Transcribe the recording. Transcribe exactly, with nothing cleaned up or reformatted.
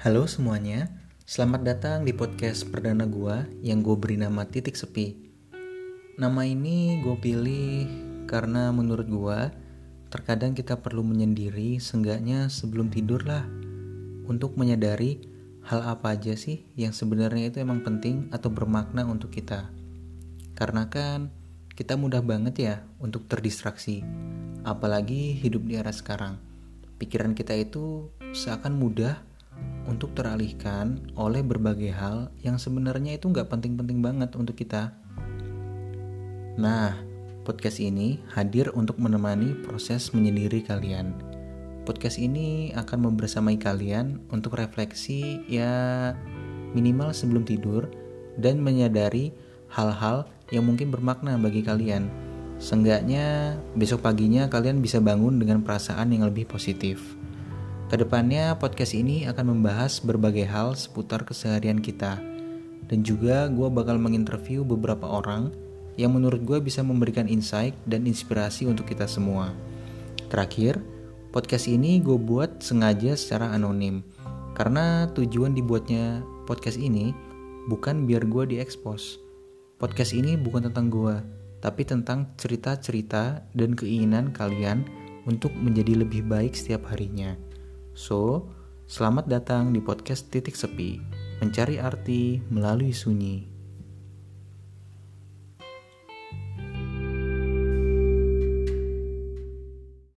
Halo semuanya, selamat datang di podcast perdana gua yang gue beri nama Titik Sepi. Nama ini gue pilih karena menurut gua terkadang kita perlu menyendiri seenggaknya sebelum tidur lah, untuk menyadari hal apa aja sih yang sebenarnya itu emang penting atau bermakna untuk kita. Karena kan kita mudah banget ya untuk terdistraksi, apalagi hidup di era sekarang. Pikiran kita itu seakan mudah untuk teralihkan oleh berbagai hal yang sebenarnya itu nggak penting-penting banget untuk kita. Nah, podcast ini hadir untuk menemani proses menyendiri kalian. Podcast ini akan membersamai kalian untuk refleksi ya minimal sebelum tidur dan menyadari hal-hal yang mungkin bermakna bagi kalian. Seenggaknya besok paginya kalian bisa bangun dengan perasaan yang lebih positif. Kedepannya podcast ini akan membahas berbagai hal seputar keseharian kita. Dan juga gue bakal menginterview beberapa orang yang menurut gue bisa memberikan insight dan inspirasi untuk kita semua. Terakhir, podcast ini gue buat sengaja secara anonim. Karena tujuan dibuatnya podcast ini bukan biar gue diekspos. Podcast ini bukan tentang gue, tapi tentang cerita-cerita dan keinginan kalian untuk menjadi lebih baik setiap harinya. So, selamat datang di podcast Titik Sepi, mencari arti melalui sunyi.